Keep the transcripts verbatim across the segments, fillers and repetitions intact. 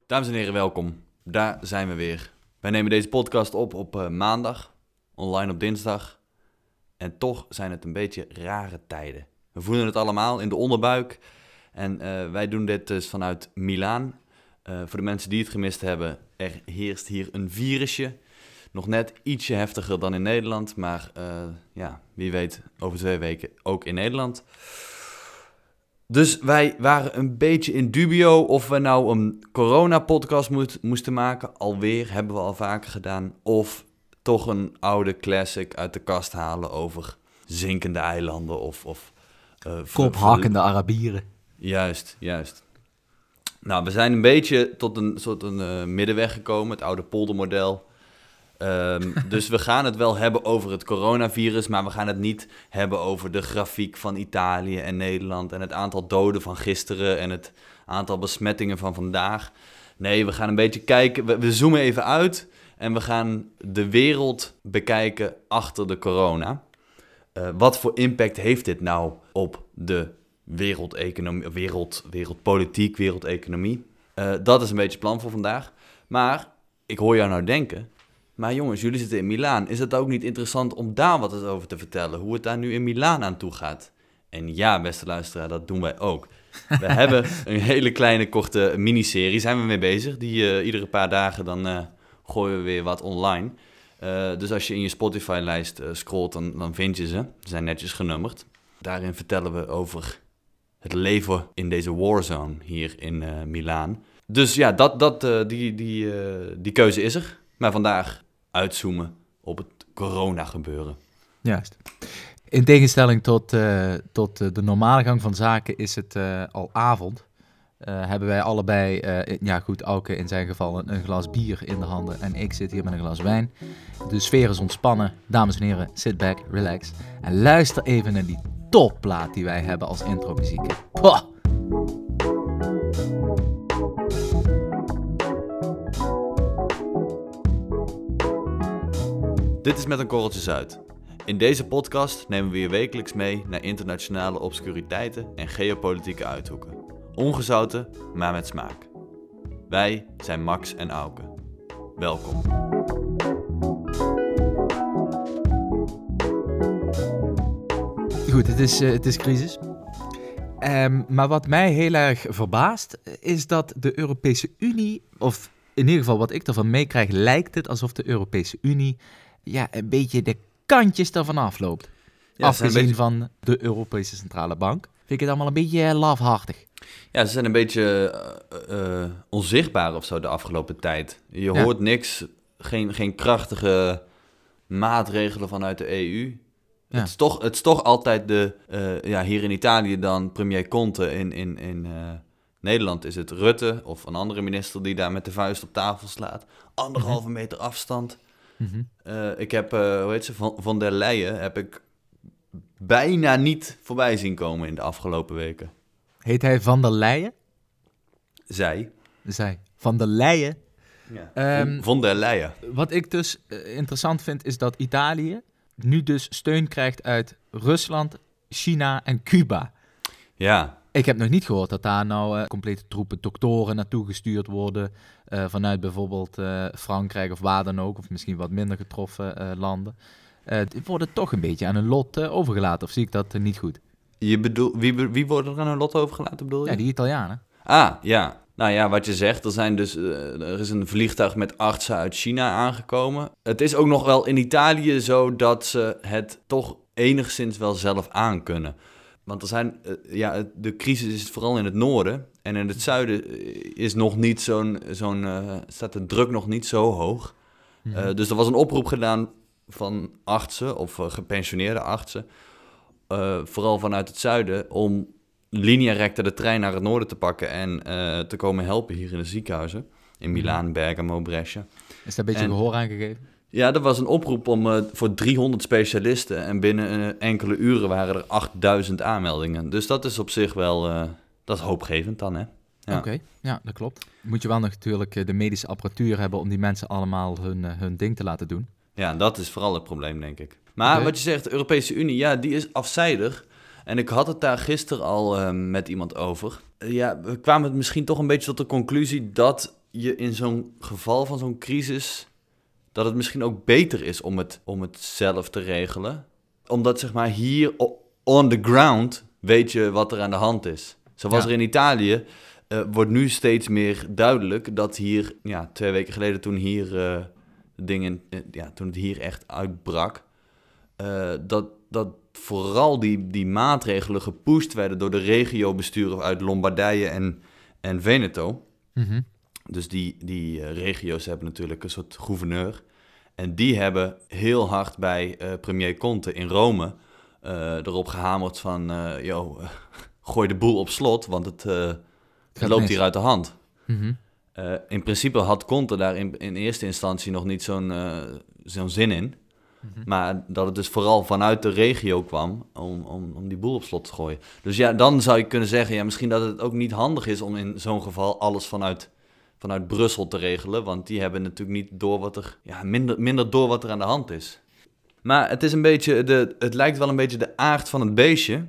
Dames en heren, welkom. Daar zijn we weer. Wij nemen deze podcast op op uh, maandag, online op dinsdag. En toch zijn het een beetje rare tijden. We voelen het allemaal in de onderbuik. En uh, wij doen dit dus vanuit Milaan. Uh, voor de mensen die het gemist hebben, er heerst hier een virusje. Nog net ietsje heftiger dan in Nederland, maar uh, ja, wie weet over twee weken ook in Nederland. Dus wij waren een beetje in dubio of we nou een corona-podcast moest, moesten maken. Alweer, hebben we al vaker gedaan. Of toch een oude classic uit de kast halen over zinkende eilanden of... of uh, kophakkende Arabieren. Juist, juist. Nou, we zijn een beetje tot een soort een uh, middenweg gekomen, het oude poldermodel. Um, dus we gaan het wel hebben over het coronavirus, maar we gaan het niet hebben over de grafiek van Italië en Nederland en het aantal doden van gisteren en het aantal besmettingen van vandaag. Nee, we gaan een beetje kijken, we, we zoomen even uit en we gaan de wereld bekijken achter de corona. Uh, wat voor impact heeft dit nou op de wereldeconomie, wereld, wereldpolitiek, wereldeconomie? Uh, dat is een beetje het plan voor vandaag. Maar ik hoor jou nou denken... Maar jongens, jullie zitten in Milaan. Is het ook niet interessant om daar wat over te vertellen? Hoe het daar nu in Milaan aan toe gaat? En ja, beste luisteraar, dat doen wij ook. We hebben een hele kleine, korte miniserie. Zijn we mee bezig. Die uh, iedere paar dagen dan uh, gooien we weer wat online. Uh, dus als je in je Spotify-lijst uh, scrolt, dan, dan vind je ze. Ze zijn netjes genummerd. Daarin vertellen we over het leven in deze warzone hier in uh, Milaan. Dus ja, dat, dat, uh, die, die, uh, die keuze is er. Maar vandaag... uitzoomen op het corona-gebeuren. Juist. In tegenstelling tot, uh, tot uh, de normale gang van zaken is het uh, al avond. Uh, hebben wij allebei, uh, ja goed, Auke in zijn geval een, een glas bier in de handen en ik zit hier met een glas wijn. De sfeer is ontspannen. Dames en heren, sit back, relax en luister even naar die topplaat die wij hebben als intro-muziek. Poh! Dit is Met een Korreltje Zuid. In deze podcast nemen we je wekelijks mee naar internationale obscuriteiten en geopolitieke uithoeken. Ongezouten, maar met smaak. Wij zijn Max en Auke. Welkom. Goed, het is, uh, het is crisis. Um, maar wat mij heel erg verbaast, is dat de Europese Unie, of in ieder geval wat ik ervan meekrijg, lijkt het alsof de Europese Unie... ja, een beetje de kantjes ervan afloopt. Ja, Afgezien beetje... van de Europese Centrale Bank. Vind ik het allemaal een beetje lafhartig. Ja, ze zijn een beetje uh, uh, onzichtbaar of zo de afgelopen tijd. Je ja. hoort niks, geen, geen krachtige maatregelen vanuit de E U. Ja. Het, is toch, het is toch altijd de, uh, ja, hier in Italië dan premier Conte. In, in, in uh, Nederland is het Rutte of een andere minister die daar met de vuist op tafel slaat. Anderhalve mm-hmm. meter afstand. Mm-hmm. Uh, ik heb, uh, hoe heet ze, Van, Van der Leyen heb ik bijna niet voorbij zien komen in de afgelopen weken. Heet hij Van der Leyen? Zij. Zij. Van der Leyen? Ja. Um, Van der Leyen. Wat ik dus uh, interessant vind is dat Italië nu dus steun krijgt uit Rusland, China en Cuba. Ja. Ik heb nog niet gehoord dat daar nou uh, complete troepen doktoren naartoe gestuurd worden... Uh, vanuit bijvoorbeeld uh, Frankrijk of waar dan ook, of misschien wat minder getroffen uh, landen. Uh, die worden toch een beetje aan hun lot uh, overgelaten, of zie ik dat uh, niet goed? Je bedoelt, wie, wie worden er aan hun lot overgelaten, bedoel je? Ja, die Italianen. Ah, ja. Nou ja, wat je zegt, er, zijn dus, uh, er is een vliegtuig met artsen uit China aangekomen. Het is ook nog wel in Italië zo dat ze het toch enigszins wel zelf aankunnen. Want er zijn, uh, ja, de crisis is vooral in het noorden. En in het zuiden is nog niet zo'n, zo'n uh, staat de druk nog niet zo hoog. Mm-hmm. Uh, dus er was een oproep gedaan van artsen of uh, gepensioneerde artsen. Uh, vooral vanuit het zuiden om linea recta de trein naar het noorden te pakken. En uh, te komen helpen hier in de ziekenhuizen. In Milaan, Bergamo, Brescia. Is daar een beetje en, gehoor aan gegeven? Ja, er was een oproep om, uh, voor driehonderd specialisten. En binnen uh, enkele uren waren er achtduizend aanmeldingen. Dus dat is op zich wel... Uh, Dat is hoopgevend dan, hè? Ja. Oké, okay, ja, dat klopt. Moet je wel natuurlijk de medische apparatuur hebben om die mensen allemaal hun, hun ding te laten doen. Ja, dat is vooral het probleem, denk ik. Maar okay. Wat je zegt, de Europese Unie, ja, die is afzijdig. En ik had het daar gisteren al uh, met iemand over. Uh, ja, we kwamen misschien toch een beetje tot de conclusie dat je in zo'n geval van zo'n crisis, dat het misschien ook beter is om het, om het zelf te regelen. Omdat zeg maar hier on the ground weet je wat er aan de hand is. Zo was Ja. er in Italië, uh, wordt nu steeds meer duidelijk dat hier, ja, twee weken geleden toen hier uh, dingen, uh, ja, toen het hier echt uitbrak, uh, dat, dat vooral die, die maatregelen gepusht werden door de regiobesturen uit Lombardije en, en Veneto. Mm-hmm. Dus die, die uh, regio's hebben natuurlijk een soort gouverneur. En die hebben heel hard bij uh, premier Conte in Rome uh, erop gehamerd van, uh, yo, uh, gooi de boel op slot, want het, uh, het, het loopt mis. hier uit de hand. Mm-hmm. Uh, in principe had Conte daar in, in eerste instantie nog niet zo'n, uh, zo'n zin in. Mm-hmm. Maar dat het dus vooral vanuit de regio kwam om, om, om die boel op slot te gooien. Dus ja, dan zou je kunnen zeggen, ja, misschien dat het ook niet handig is om in zo'n geval alles vanuit... vanuit Brussel te regelen, want die hebben natuurlijk niet door wat er, ja, minder, minder door wat er aan de hand is. Maar het is een beetje, de, het lijkt wel een beetje de aard van het beestje,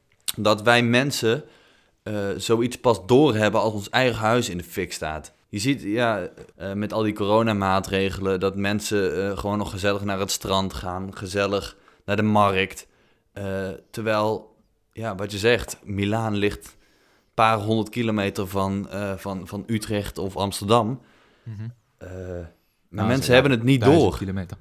dat wij mensen uh, zoiets pas doorhebben als ons eigen huis in de fik staat. Je ziet, ja, uh, met al die coronamaatregelen, dat mensen uh, gewoon nog gezellig naar het strand gaan, gezellig naar de markt. Uh, terwijl, ja, wat je zegt, Milaan ligt paar honderd kilometer van, uh, van, van Utrecht of Amsterdam. Mm-hmm. Uh, maar nou, mensen ja, hebben het niet duizend door. Kilometer.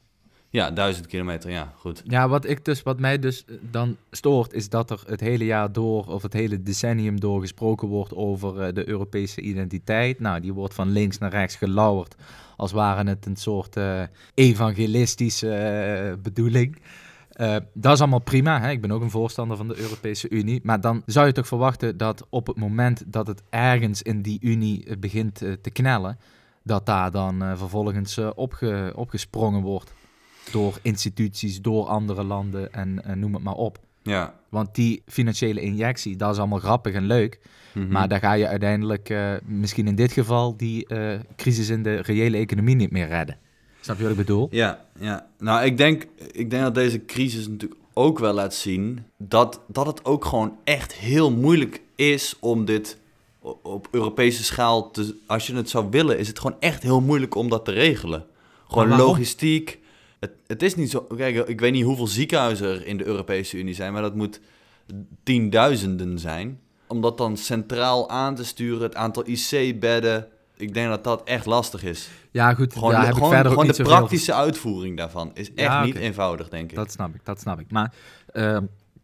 Ja, duizend kilometer, ja, goed. Ja, wat, ik dus, wat mij dus dan stoort, is dat er het hele jaar door, of het hele decennium door gesproken wordt over uh, de Europese identiteit. Nou, die wordt van links naar rechts gelauwerd, als ware het een soort uh, evangelistische uh, bedoeling. Uh, dat is allemaal prima, hè? Ik ben ook een voorstander van de Europese Unie. Maar dan zou je toch verwachten dat op het moment dat het ergens in die Unie uh, begint uh, te knellen, dat daar dan uh, vervolgens uh, opge, opgesprongen wordt door instituties, door andere landen en uh, noem het maar op. Ja. Want die financiële injectie, dat is allemaal grappig en leuk. Mm-hmm. Maar daar ga je uiteindelijk uh, misschien in dit geval die uh, crisis in de reële economie niet meer redden. Snap je wat ik bedoel? Ja, ja. Nou, ik denk, ik denk dat deze crisis natuurlijk ook wel laat zien dat, dat het ook gewoon echt heel moeilijk is om dit op Europese schaal te... Als je het zou willen, is het gewoon echt heel moeilijk om dat te regelen. Gewoon logistiek. Het, het is niet zo... Kijk, ik weet niet hoeveel ziekenhuizen er in de Europese Unie zijn, maar dat moet tienduizenden zijn. Om dat dan centraal aan te sturen, het aantal I C-bedden... Ik denk dat dat echt lastig is. Ja, goed. Gewoon, daar heb gewoon, ik verder gewoon ook de niet praktische uitvoering daarvan is echt ja, okay. niet eenvoudig, denk ik. Dat snap ik, dat snap ik. Maar uh,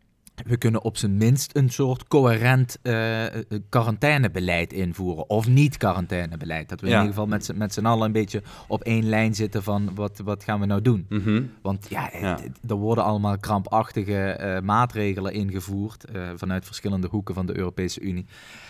we kunnen op zijn minst een soort coherent uh, quarantainebeleid invoeren. Of niet quarantainebeleid. Dat we ja. in ieder geval met, met z'n allen een beetje op één lijn zitten van wat, wat gaan we nou doen. Mm-hmm. Want ja, ja, er worden allemaal krampachtige uh, maatregelen ingevoerd uh, vanuit verschillende hoeken van de Europese Unie.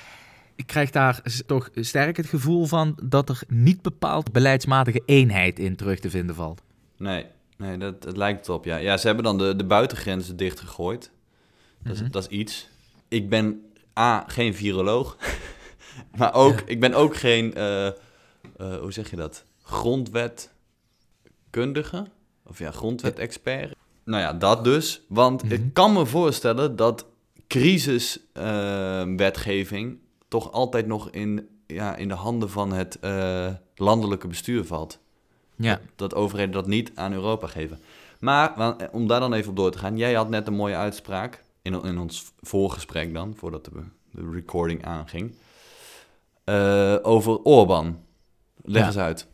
Ik krijg daar toch sterk het gevoel van dat er niet bepaald beleidsmatige eenheid in terug te vinden valt. Nee, nee dat, dat lijkt erop, ja. Ja, ze hebben dan de, de buitengrenzen dichtgegooid. Dat is, mm-hmm. dat is iets. Ik ben A, geen viroloog. maar ook, ja. ik ben ook geen, uh, uh, hoe zeg je dat? Grondwetkundige? Of ja, grondwet-expert. Ja. Nou ja, dat dus. Want mm-hmm. ik kan me voorstellen dat crisiswetgeving... Uh, toch altijd nog in, ja, in de handen van het uh, landelijke bestuur valt. Ja. Dat, dat overheden dat niet aan Europa geven. Maar om daar dan even op door te gaan. Jij had net een mooie uitspraak, in, in ons voorgesprek dan, voordat de, de recording aanging, uh, over Orbán. Leg ja. eens uit.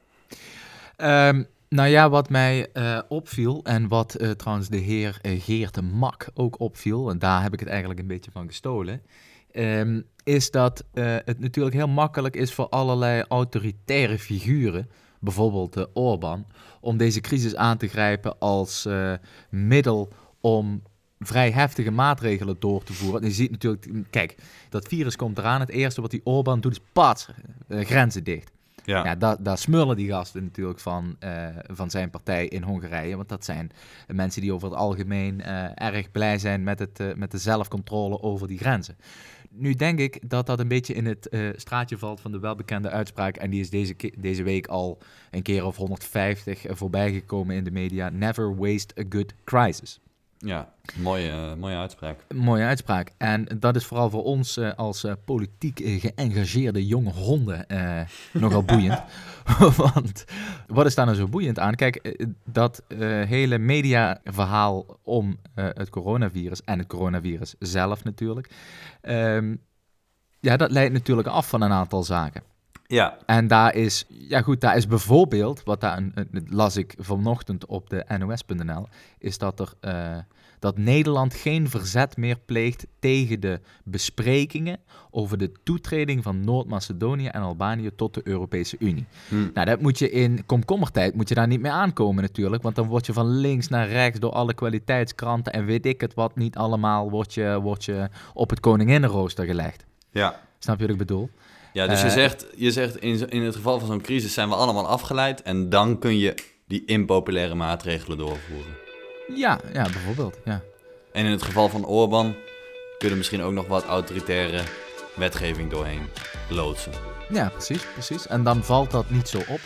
Um, nou ja, wat mij uh, opviel en wat uh, trouwens de heer uh, Geert de Mak ook opviel, en daar heb ik het eigenlijk een beetje van gestolen... Um, is dat uh, het natuurlijk heel makkelijk is voor allerlei autoritaire figuren, bijvoorbeeld uh, Orbán, om deze crisis aan te grijpen als uh, middel om vrij heftige maatregelen door te voeren. En je ziet natuurlijk, kijk, dat virus komt eraan. Het eerste wat die Orbán doet is pats, uh, grenzen dicht. Ja, ja daar, daar smullen die gasten natuurlijk van, uh, van zijn partij in Hongarije. Want dat zijn mensen die over het algemeen uh, erg blij zijn met, het, uh, met de zelfcontrole over die grenzen. Nu denk ik dat dat een beetje in het uh, straatje valt van de welbekende uitspraak. En die is deze, ke- deze week al een keer of honderdvijftig uh, voorbij gekomen in de media. Never waste a good crisis. Ja, mooie, uh, mooie uitspraak. Mooie uitspraak. En dat is vooral voor ons uh, als uh, politiek uh, geëngageerde jonge honden uh, nogal boeiend. Want wat is daar nou zo boeiend aan? Kijk, uh, dat uh, hele mediaverhaal om uh, het coronavirus en het coronavirus zelf natuurlijk. Um, ja, dat leidt natuurlijk af van een aantal zaken. Ja. En daar is, ja goed, daar is bijvoorbeeld, wat daar een, een, las ik vanochtend op de N O S punt N L, is dat er uh, dat Nederland geen verzet meer pleegt tegen de besprekingen over de toetreding van Noord-Macedonië en Albanië tot de Europese Unie. Hmm. Nou, dat moet je in komkommertijd moet je daar niet mee aankomen natuurlijk, want dan word je van links naar rechts door alle kwaliteitskranten en weet ik het wat niet allemaal, word je, word je op het koninginnenrooster gelegd. Ja. Snap je wat ik bedoel? Ja, dus je zegt, je zegt in, in het geval van zo'n crisis zijn we allemaal afgeleid en dan kun je die impopulaire maatregelen doorvoeren. Ja, ja, bijvoorbeeld, ja. En in het geval van Orbán kun je misschien ook nog wat autoritaire wetgeving doorheen loodsen. Ja, precies, precies. En dan valt dat niet zo op.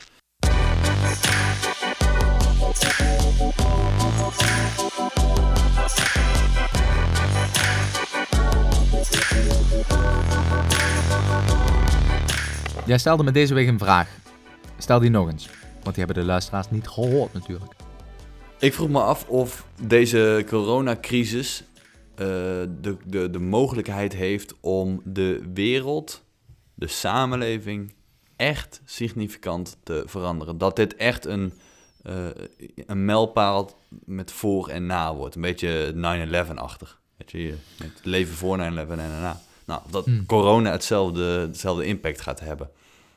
Jij stelde me deze week een vraag. Stel die nog eens. Want die hebben de luisteraars niet gehoord natuurlijk. Ik vroeg me af of deze coronacrisis uh, de, de, de mogelijkheid heeft om de wereld, de samenleving, echt significant te veranderen. Dat dit echt een, uh, een mijlpaal met voor en na wordt. Een beetje nine eleven-achtig. Weet je, het leven voor nine eleven en daarna. Nou, dat hmm. corona hetzelfde, hetzelfde impact gaat hebben.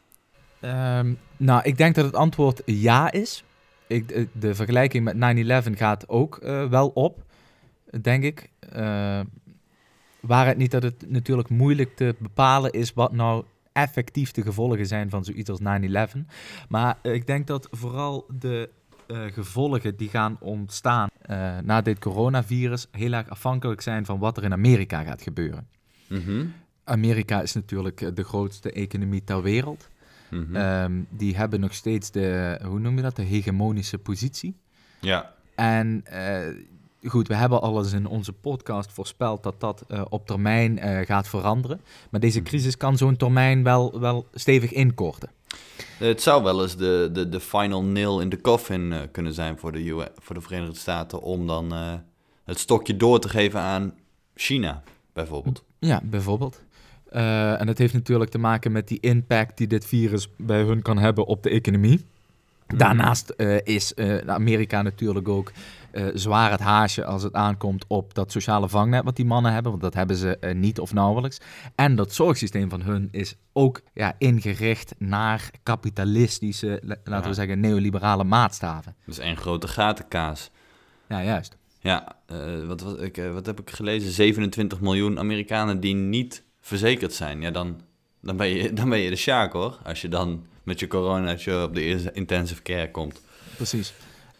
Um, nou, ik denk dat het antwoord ja is. Ik, de, de vergelijking met nine eleven gaat ook uh, wel op, denk ik. Uh, waar het niet dat het natuurlijk moeilijk te bepalen is wat nou effectief de gevolgen zijn van zoiets als nine eleven. Maar uh, ik denk dat vooral de uh, gevolgen die gaan ontstaan uh, na dit coronavirus heel erg afhankelijk zijn van wat er in Amerika gaat gebeuren. Mm-hmm. Amerika is natuurlijk de grootste economie ter wereld. Mm-hmm. Um, die hebben nog steeds de, hoe noem je dat, de hegemonische positie. Ja. En uh, goed, we hebben al eens in onze podcast voorspeld dat dat uh, op termijn uh, gaat veranderen. Maar deze crisis kan zo'n termijn wel, wel stevig inkorten. Het zou wel eens de, de, de final nail in the coffin uh, kunnen zijn voor de, U S, voor de Verenigde Staten om dan uh, het stokje door te geven aan China, bijvoorbeeld. Ja, bijvoorbeeld. Uh, en dat heeft natuurlijk te maken met die impact die dit virus bij hun kan hebben op de economie. Daarnaast uh, is uh, Amerika natuurlijk ook uh, zwaar het haasje als het aankomt op dat sociale vangnet wat die mannen hebben, want dat hebben ze uh, niet of nauwelijks. En dat zorgsysteem van hun is ook ja, ingericht naar kapitalistische, laten ja. we zeggen, neoliberale maatstaven. Dat is één grote gatenkaas. Ja, juist. Ja, uh, wat, wat, ik, uh, wat heb ik gelezen? zevenentwintig miljoen Amerikanen die niet verzekerd zijn. Ja, dan, dan, ben je, dan ben je de sjaak, hoor. Als je dan met je coronaatje op de intensive care komt. Precies.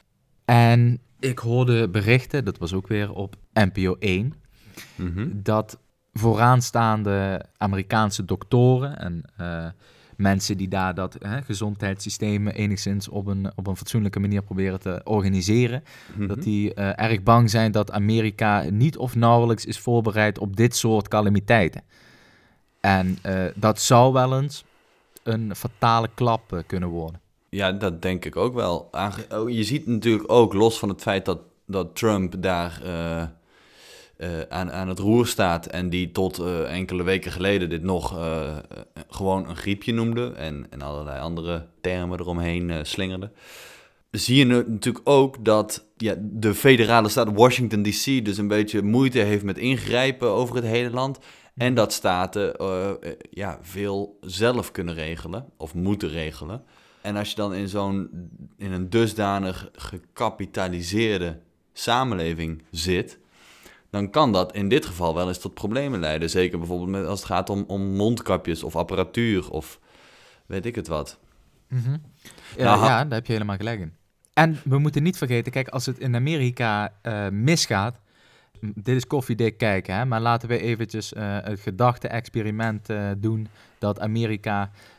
En ik hoorde berichten, dat was ook weer op N P O één, mm-hmm. dat vooraanstaande Amerikaanse doktoren en uh, mensen die daar dat hè, gezondheidssysteem enigszins op een, op een fatsoenlijke manier proberen te organiseren, mm-hmm. dat die uh, erg bang zijn dat Amerika niet of nauwelijks is voorbereid op dit soort calamiteiten. En uh, dat zou wel eens een fatale klap uh, kunnen worden. Ja, dat denk ik ook wel. Aange- oh, je ziet natuurlijk ook, los van het feit dat, dat Trump daar uh, uh, aan, aan het roer staat en die tot uh, enkele weken geleden dit nog uh, uh, gewoon een griepje noemde en, en allerlei andere termen eromheen uh, slingerde. Zie je natuurlijk ook dat ja, de federale staat Washington D C dus een beetje moeite heeft met ingrijpen over het hele land. En dat staten uh, ja, veel zelf kunnen regelen of moeten regelen. En als je dan in zo'n in een dusdanig gecapitaliseerde samenleving zit, dan kan dat in dit geval wel eens tot problemen leiden. Zeker bijvoorbeeld met, als het gaat om, om mondkapjes of apparatuur of weet ik het wat. Mm-hmm. Ja, nou, ja, daar heb je helemaal gelijk in. En we moeten niet vergeten, kijk, als het in Amerika uh, misgaat, dit is koffiedik kijken, hè? Maar laten we eventjes uh, het gedachte-experiment uh, doen dat Amerika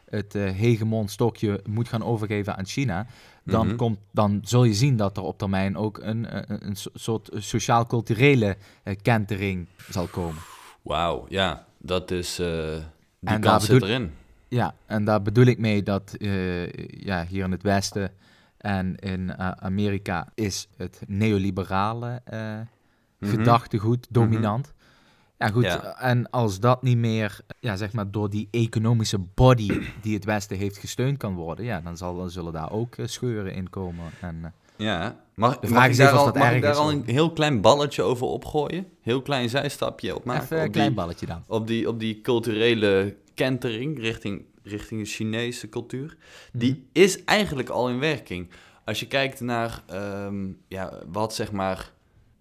het uh, hegemonstokje moet gaan overgeven aan China, dan, Mm-hmm. komt, dan zul je zien dat er op termijn ook een, een, een soort sociaal-culturele uh, kentering zal komen. Wauw, ja, dat is, uh, die en kans bedoel, zit erin. Ja, en daar bedoel ik mee dat uh, ja, hier in het Westen en in uh, Amerika is het neoliberale uh, mm-hmm. gedachtegoed dominant. Mm-hmm. Ja, goed, ja. En als dat niet meer, ja, zeg maar, door die economische body die het Westen heeft gesteund kan worden, ja, dan, zal, dan zullen daar ook uh, scheuren in komen. En, uh, ja, mag, de vraag mag is ik daar, even al, of dat mag erg ik daar is, al een heel klein balletje over opgooien? Heel klein zijstapje op maken? Even een op klein die, balletje dan. Op die, op die culturele kentering richting, richting de Chinese cultuur. Die mm-hmm. is eigenlijk al in werking. Als je kijkt naar um, ja, wat, zeg maar,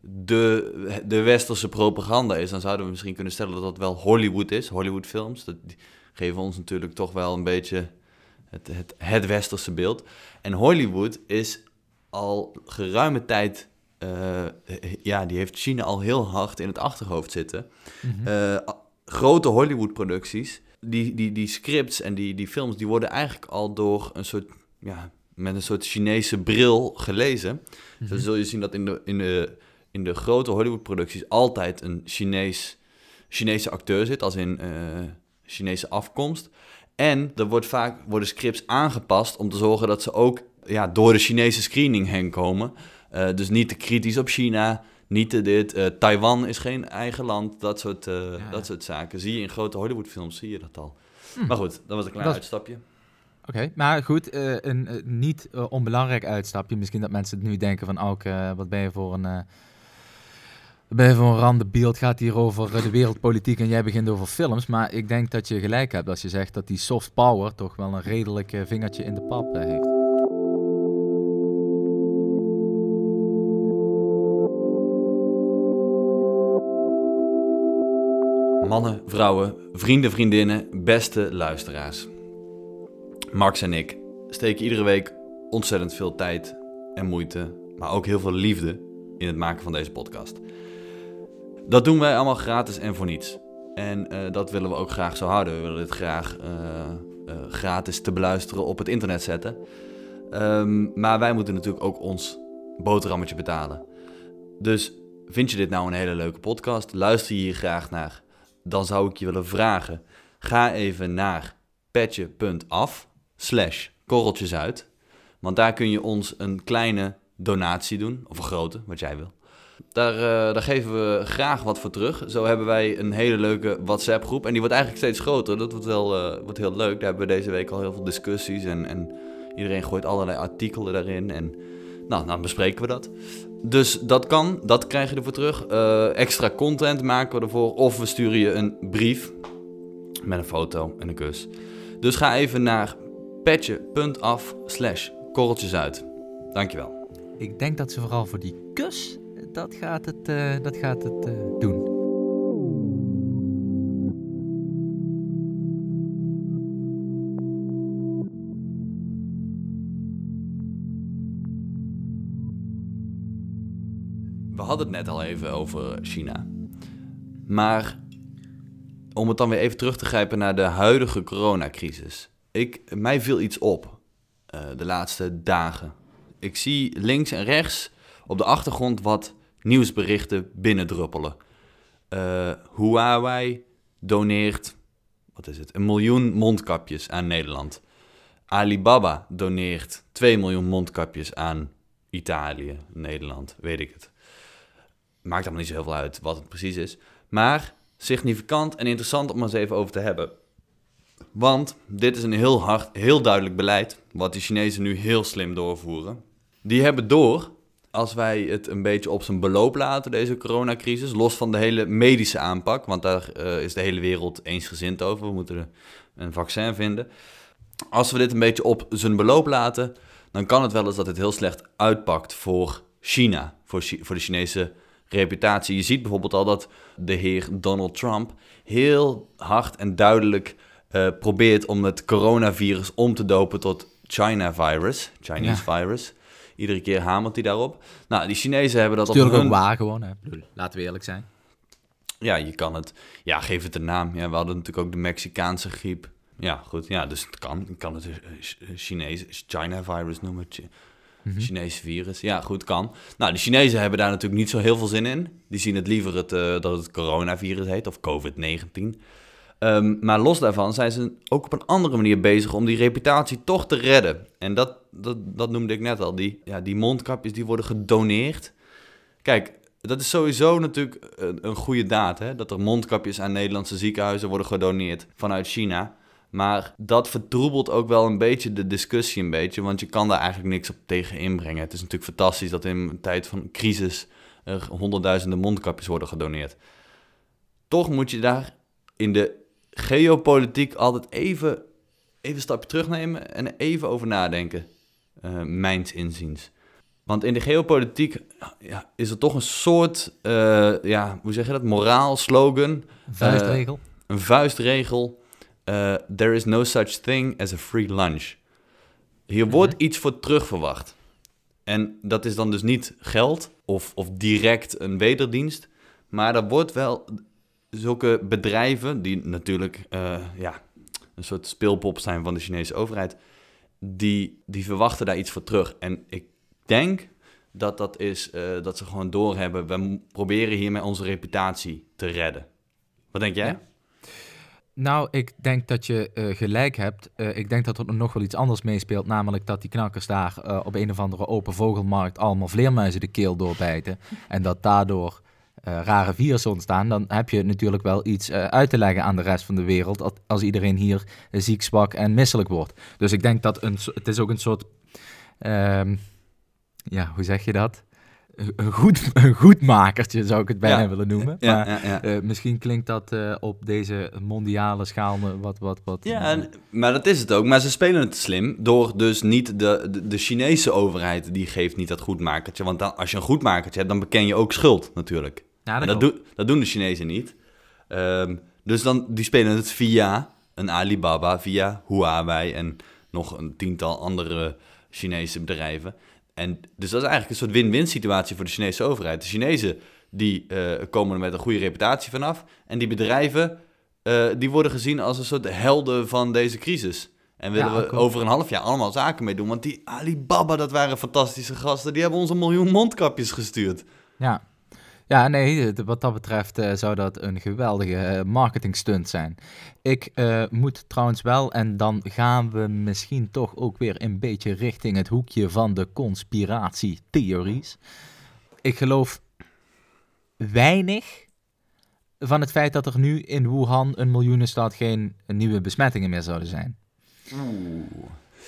de, de westerse propaganda is, dan zouden we misschien kunnen stellen dat dat wel Hollywood is. Hollywoodfilms, dat geven ons natuurlijk toch wel een beetje het, het, het westerse beeld. En Hollywood is al geruime tijd, uh, ja, die heeft China al heel hard in het achterhoofd zitten. Mm-hmm. Uh, grote Hollywood-producties, die, die, die scripts en die, die films, die worden eigenlijk al door een soort, ja, met een soort Chinese bril gelezen. Mm-hmm. Dus dan zul je zien dat in de, in de, in de grote Hollywood-producties altijd een Chinees, Chinese acteur zit, als in uh, Chinese afkomst. En er wordt vaak worden scripts aangepast om te zorgen dat ze ook ja, door de Chinese screening heen komen. Uh, dus niet te kritisch op China, niet te dit. Uh, Taiwan is geen eigen land, dat soort, uh, ja. dat soort zaken. Zie je in grote Hollywoodfilms, zie je dat al. Hm. Maar goed, dat was een klein dat... uitstapje. Oké, okay, maar goed, uh, een uh, niet uh, onbelangrijk uitstapje. Misschien dat mensen nu denken van, oh, uh, wat ben je voor een... Uh, ben je voor een randebiel, het gaat hier over uh, de wereldpolitiek en jij begint over films. Maar ik denk dat je gelijk hebt als je zegt dat die soft power toch wel een redelijk uh, vingertje in de pap uh, heeft. Mannen, vrouwen, vrienden, vriendinnen, beste luisteraars. Max en ik steken iedere week ontzettend veel tijd en moeite, maar ook heel veel liefde in het maken van deze podcast. Dat doen wij allemaal gratis en voor niets. En uh, dat willen we ook graag zo houden. We willen dit graag uh, uh, gratis te beluisteren op het internet zetten. Um, maar wij moeten natuurlijk ook ons boterhammetje betalen. Dus vind je dit nou een hele leuke podcast? Luister je hier graag naar? Dan zou ik je willen vragen, ga even naar petje.af slash korreltjesuit. Want daar kun je ons een kleine donatie doen, of een grote, wat jij wil. Daar, uh, daar geven we graag wat voor terug. Zo hebben wij een hele leuke WhatsApp-groep. En die wordt eigenlijk steeds groter. Dat wordt wel uh, wordt heel leuk. Daar hebben we deze week al heel veel discussies. En, en iedereen gooit allerlei artikelen daarin. En nou, dan bespreken we dat. Dus dat kan. Dat krijg je ervoor terug. Uh, extra content maken we ervoor. Of we sturen je een brief met een foto en een kus. Dus ga even naar petje.af slash korreltjesuit. Dankjewel. Ik denk dat ze vooral voor die kus... Dat gaat het, uh, dat gaat het uh, doen. We hadden het net al even over China. Maar om het dan weer even terug te grijpen naar de huidige coronacrisis. Ik, mij viel iets op uh, de laatste dagen. Ik zie links en rechts op de achtergrond wat nieuwsberichten binnendruppelen. Uh, Huawei doneert, wat is het, een miljoen mondkapjes aan Nederland. Alibaba doneert twee miljoen mondkapjes aan Italië, Nederland, weet ik het. Maakt allemaal niet zo heel veel uit wat het precies is. Maar significant en interessant om eens even over te hebben. Want dit is een heel hard, heel duidelijk beleid, wat de Chinezen nu heel slim doorvoeren. Die hebben door... Als wij het een beetje op zijn beloop laten, deze coronacrisis, los van de hele medische aanpak, want daar uh, is de hele wereld eensgezind over, we moeten een vaccin vinden. Als we dit een beetje op zijn beloop laten, dan kan het wel eens dat het heel slecht uitpakt voor China, voor, Chi- voor de Chinese reputatie. Je ziet bijvoorbeeld al dat de heer Donald Trump heel hard en duidelijk uh, probeert om het coronavirus om te dopen tot China virus, Chinese ja. virus. Iedere keer hamert hij daarop. Nou, die Chinezen hebben dat Natuurlijk op hun... ook waar gewoon, hè? Laten we eerlijk zijn. Ja, je kan het... Ja, geef het een naam. Ja, we hadden natuurlijk ook de Mexicaanse griep. Ja, goed. Ja, dus het kan. Ik kan het uh, Chinees, China virus noemen. Ch- mm-hmm. Chinese virus. Ja, goed, kan. Nou, de Chinezen hebben daar natuurlijk niet zo heel veel zin in. Die zien het liever het, uh, dat het coronavirus heet, of covid negentien. Um, maar los daarvan zijn ze ook op een andere manier bezig om die reputatie toch te redden. En dat, dat, dat noemde ik net al. Die, ja, die mondkapjes die worden gedoneerd. Kijk, dat is sowieso natuurlijk een, een goede daad, hè? Dat er mondkapjes aan Nederlandse ziekenhuizen worden gedoneerd vanuit China. Maar dat vertroebelt ook wel een beetje de discussie een beetje, want je kan daar eigenlijk niks op tegen inbrengen. Het is natuurlijk fantastisch dat in een tijd van crisis er honderdduizenden mondkapjes worden gedoneerd. Toch moet je daar in de geopolitiek altijd even, even een stapje terugnemen en er even over nadenken, uh, mijns inziens. Want in de geopolitiek ja, is er toch een soort, uh, ja, hoe zeg je dat, moraal, slogan. Vuistregel. Uh, een vuistregel. Uh, there is no such thing as a free lunch. Hier mm-hmm. wordt iets voor terug verwacht. En dat is dan dus niet geld of, of direct een wederdienst. Maar er wordt wel zulke bedrijven, die natuurlijk uh, ja, een soort speelpop zijn van de Chinese overheid, die, die verwachten daar iets voor terug. En ik denk dat dat is uh, dat ze gewoon doorhebben. We proberen hiermee onze reputatie te redden. Wat denk jij? Ja. Nou, ik denk dat je uh, gelijk hebt. Uh, ik denk dat er nog wel iets anders meespeelt. Namelijk dat die knakkers daar uh, op een of andere open vogelmarkt allemaal vleermuizen de keel doorbijten. En dat daardoor uh, rare virussen ontstaan. Dan heb je natuurlijk wel iets uh, uit te leggen aan de rest van de wereld. Als iedereen hier uh, ziek, zwak en misselijk wordt. Dus ik denk dat een, het is ook een soort... Um, ja, hoe zeg je dat? Een, goed, een goedmakertje zou ik het bijna ja. willen noemen. Ja, maar ja, ja. Uh, misschien klinkt dat uh, op deze mondiale schaal wat... wat, wat ja, uh, maar dat is het ook. Maar ze spelen het slim door dus niet de, de, de Chinese overheid, die geeft niet dat goedmakertje. Want dan, als je een goedmakertje hebt, dan beken je ook schuld natuurlijk. Ja, dat, dat, doe, dat doen de Chinezen niet. Um, dus dan, die spelen het via een Alibaba, via Huawei en nog een tiental andere Chinese bedrijven. En dus dat is eigenlijk een soort win-win situatie voor de Chinese overheid. De Chinezen die uh, komen er met een goede reputatie vanaf. En die bedrijven uh, die worden gezien als een soort helden van deze crisis. En willen ja, we over een half jaar allemaal zaken mee doen. Want die Alibaba, dat waren fantastische gasten. Die hebben ons een miljoen mondkapjes gestuurd. Ja, ja nee, wat dat betreft uh, zou dat een geweldige uh, marketingstunt zijn. Ik uh, moet trouwens wel, en dan gaan we misschien toch ook weer een beetje richting het hoekje van de conspiratietheories. Ik geloof weinig van het feit dat er nu in Wuhan, een miljoenenstad, geen nieuwe besmettingen meer zouden zijn. Oeh.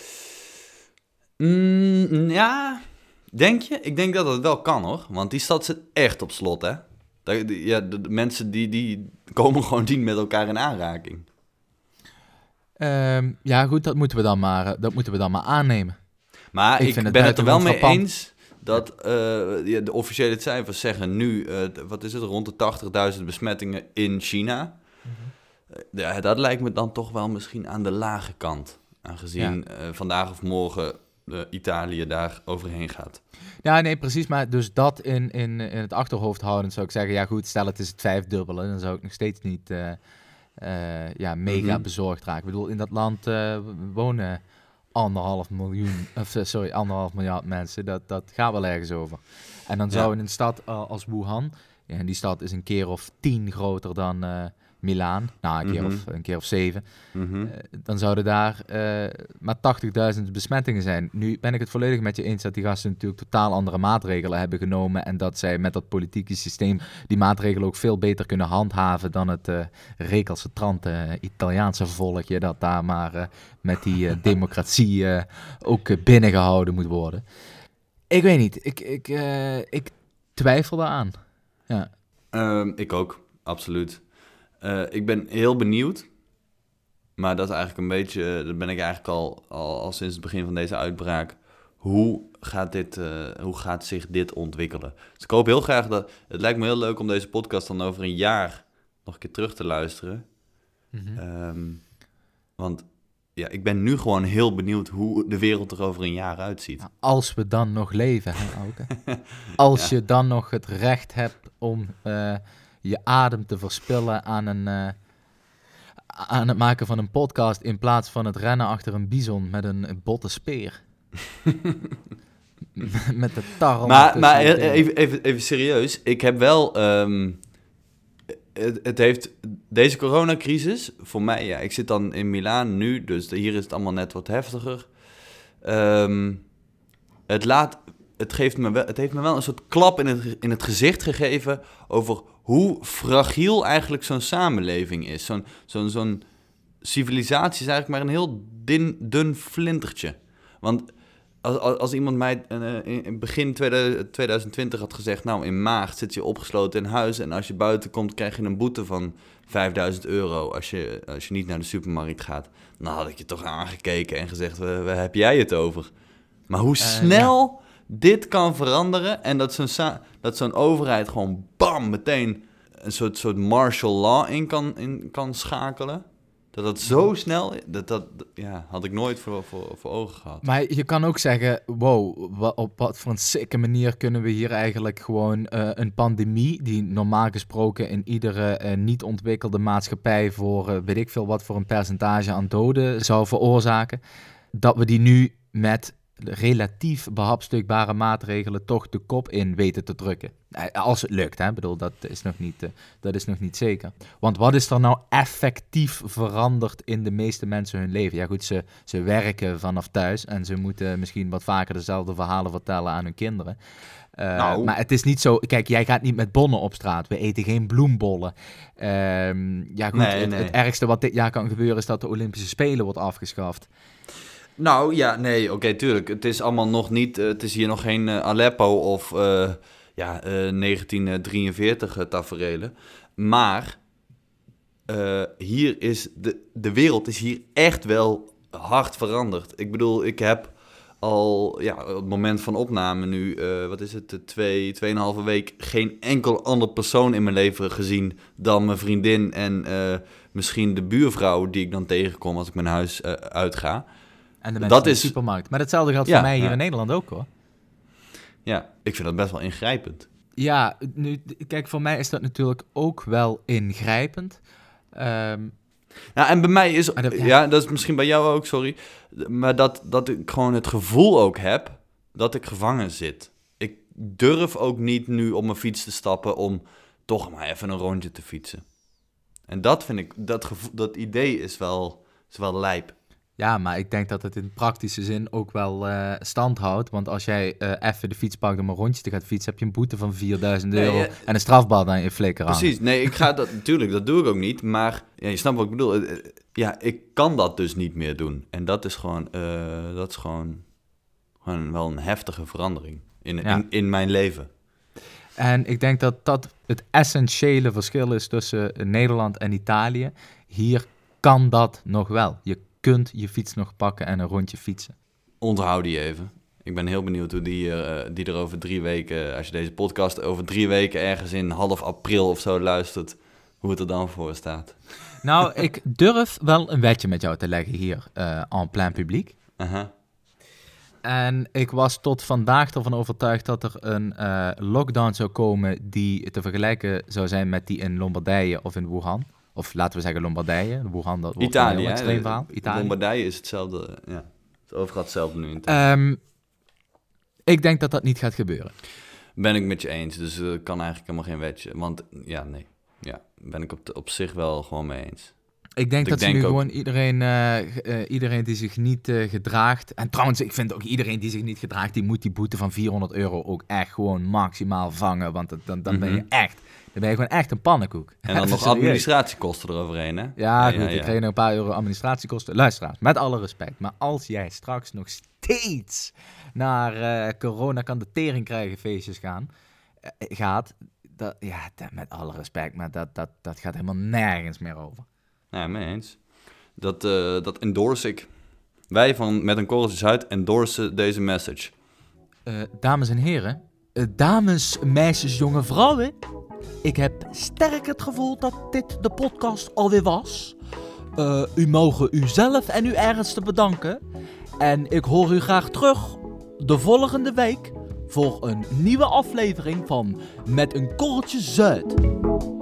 Mm, ja, denk je? Ik denk dat het wel kan, hoor. Want die stad zit echt op slot, hè? De, ja, de, de mensen die, die komen gewoon niet met elkaar in aanraking. Um, ja, goed, dat moeten we dan maar, dat moeten we dan maar aannemen. Maar ik, ik het ben het er wel mee frappant. eens dat uh, de officiële cijfers zeggen nu, uh, wat is het, rond de tachtigduizend besmettingen in China. Mm-hmm. Uh, ja, dat lijkt me dan toch wel misschien aan de lage kant. Aangezien ja. uh, vandaag of morgen uh, Italië daar overheen gaat. Ja, nee, precies. Maar dus dat in, in, in het achterhoofd houden, zou ik zeggen, ja goed, stel het is het vijfdubbele, dan zou ik nog steeds niet uh, uh, ja, mega mm-hmm. bezorgd raken. Ik bedoel, in dat land uh, wonen anderhalf miljoen, of sorry, anderhalf miljard mensen. Dat, dat gaat wel ergens over. En dan zou ja. in een stad uh, als Wuhan, ja, en die stad is een keer of tien groter dan uh, Milaan, nou een keer, mm-hmm. of, een keer of zeven, mm-hmm. uh, dan zouden daar uh, maar tachtigduizend besmettingen zijn. Nu ben ik het volledig met je eens dat die gasten natuurlijk totaal andere maatregelen hebben genomen en dat zij met dat politieke systeem die maatregelen ook veel beter kunnen handhaven dan het uh, recalcitrante uh, Italiaanse volkje dat daar maar uh, met die uh, democratie uh, ook uh, binnengehouden moet worden. Ik weet niet, ik, ik, uh, ik twijfel daaraan. Ja. Um, ik ook, absoluut. Uh, ik ben heel benieuwd, maar dat is eigenlijk een beetje, dat ben ik eigenlijk al, al, al sinds het begin van deze uitbraak. Hoe gaat, dit, uh, hoe gaat zich dit ontwikkelen? Dus ik hoop heel graag dat, het lijkt me heel leuk om deze podcast dan over een jaar nog een keer terug te luisteren. Mm-hmm. Um, want ja, ik ben nu gewoon heel benieuwd hoe de wereld er over een jaar uitziet. Nou, als we dan nog leven, hè, Auke? Als ja. je dan nog het recht hebt om uh, je adem te verspillen aan een, uh, aan het maken van een podcast in plaats van het rennen achter een bison met een, een botte speer. Met de tar. Maar, maar even, even, even serieus. Ik heb wel... Um, het, het heeft... Deze coronacrisis, voor mij... Ja, ik zit dan in Milaan nu, dus hier is het allemaal net wat heftiger. Um, het laat... Het, geeft me wel, het heeft me wel een soort klap in het, in het gezicht gegeven over hoe fragiel eigenlijk zo'n samenleving is. Zo'n, zo'n, zo'n civilisatie is eigenlijk maar een heel din, dun flintertje. Want als, als, als iemand mij uh, in begin twintig twintig had gezegd... nou, in maart zit je opgesloten in huis en als je buiten komt krijg je een boete van vijfduizend euro als je, als je niet naar de supermarkt gaat. Dan had ik je toch aangekeken en gezegd, waar, waar heb jij het over? Maar hoe snel... Uh, ja. Dit kan veranderen en dat zo'n, sa- dat zo'n overheid gewoon bam, meteen een soort, soort martial law in kan, in kan schakelen. Dat dat zo snel, dat, dat ja, had ik nooit voor, voor, voor ogen gehad. Maar je kan ook zeggen, wow, wat, op wat voor een sikke manier kunnen we hier eigenlijk gewoon uh, een pandemie, die normaal gesproken in iedere uh, niet ontwikkelde maatschappij voor uh, weet ik veel wat voor een percentage aan doden zou veroorzaken, dat we die nu met relatief behapstukbare maatregelen toch de kop in weten te drukken. Als het lukt, hè. Ik bedoel, dat is nog niet, uh, dat is nog niet zeker. Want wat is er nou effectief veranderd in de meeste mensen hun leven? Ja goed, ze, ze werken vanaf thuis en ze moeten misschien wat vaker dezelfde verhalen vertellen aan hun kinderen. Uh, nou. Maar het is niet zo... Kijk, jij gaat niet met bonnen op straat. We eten geen bloembollen. Uh, ja goed, nee, het, nee. het ergste wat dit jaar kan gebeuren is dat de Olympische Spelen wordt afgeschaft. Nou, ja, nee, oké, okay, tuurlijk. Het is allemaal nog niet... Uh, het is hier nog geen uh, Aleppo of uh, ja, uh, negentien drieënveertig uh, taferelen. Maar uh, hier is... De, de wereld is hier echt wel hard veranderd. Ik bedoel, ik heb al ja, op het moment van opname nu... Uh, wat is het? Twee, tweeënhalve week geen enkel ander persoon in mijn leven gezien... dan mijn vriendin en uh, misschien de buurvrouw die ik dan tegenkom als ik mijn huis uh, uitga... En de mensen dat in de is... supermarkt. Maar hetzelfde geldt ja, voor mij hier ja. in Nederland ook, hoor. Ja, ik vind dat best wel ingrijpend. Ja, nu, kijk, voor mij is dat natuurlijk ook wel ingrijpend. Um, nou, en bij mij is... Dat, ja. ja, dat is misschien bij jou ook, sorry. Maar dat, dat ik gewoon het gevoel ook heb dat ik gevangen zit. Ik durf ook niet nu op mijn fiets te stappen om toch maar even een rondje te fietsen. En dat vind ik... Dat, gevo- dat idee is wel, is wel lijp. Ja, maar ik denk dat het in praktische zin ook wel uh, stand houdt. Want als jij uh, even de fiets pakt om een rondje te gaan fietsen... heb je een boete van vierduizend euro nee, ja, en een strafbal aan je flikker aan. Precies, nee, ik ga dat natuurlijk, dat doe ik ook niet. Maar ja, je snapt wat ik bedoel. Ja, ik kan dat dus niet meer doen. En dat is gewoon, uh, dat is gewoon, gewoon wel een heftige verandering in, ja. in, in mijn leven. En ik denk dat dat het essentiële verschil is tussen Nederland en Italië. Hier kan dat nog wel. Je kunt je fiets nog pakken en een rondje fietsen. Onthoud die even. Ik ben heel benieuwd hoe die, uh, die er over drie weken... als je deze podcast over drie weken ergens in half april of zo luistert... hoe het er dan voor staat. Nou, ik durf wel een wetje met jou te leggen hier uh, en plein publiek. Uh-huh. En ik was tot vandaag ervan overtuigd dat er een uh, lockdown zou komen... die te vergelijken zou zijn met die in Lombardije of in Wuhan... Of laten we zeggen Lombardije. Wuhan, dat wordt Italië, een heel extreem verhaal. Italië. Lombardije is hetzelfde. Ja, het is overal hetzelfde nu in Italië. Um, ik denk dat dat niet gaat gebeuren. Ben ik met je eens. Dus uh, kan eigenlijk helemaal geen wetje. Want ja, nee. Ja, ben ik op, de, op zich wel gewoon mee eens. Ik denk dat ik ze denk nu ook... gewoon iedereen, uh, uh, iedereen die zich niet uh, gedraagt... En trouwens, ik vind ook iedereen die zich niet gedraagt... die moet die boete van vierhonderd euro ook echt gewoon maximaal vangen. Want het, dan, dan mm-hmm. ben je echt... Dan ben je gewoon echt een pannenkoek. En dan nog administratiekosten eroverheen, hè? Ja, ja goed, ja, ja. Ik kreeg nog een paar euro administratiekosten. Luisteraars, met alle respect. Maar als jij straks nog steeds naar uh, corona kan de tering krijgen feestjes gaan, uh, gaat, dat, ja, dat, met alle respect, maar dat, dat, dat gaat helemaal nergens meer over. Ja, mee eens. Dat, uh, dat endorse ik. Wij van Met een Korreltje Zuid endorsen deze message. Uh, dames en heren, uh, dames, meisjes, jonge vrouwen... Ik heb sterk het gevoel dat dit de podcast alweer was. Uh, u mogen uzelf en uw ergste bedanken. En ik hoor u graag terug de volgende week voor een nieuwe aflevering van Met een Korreltje Zuid.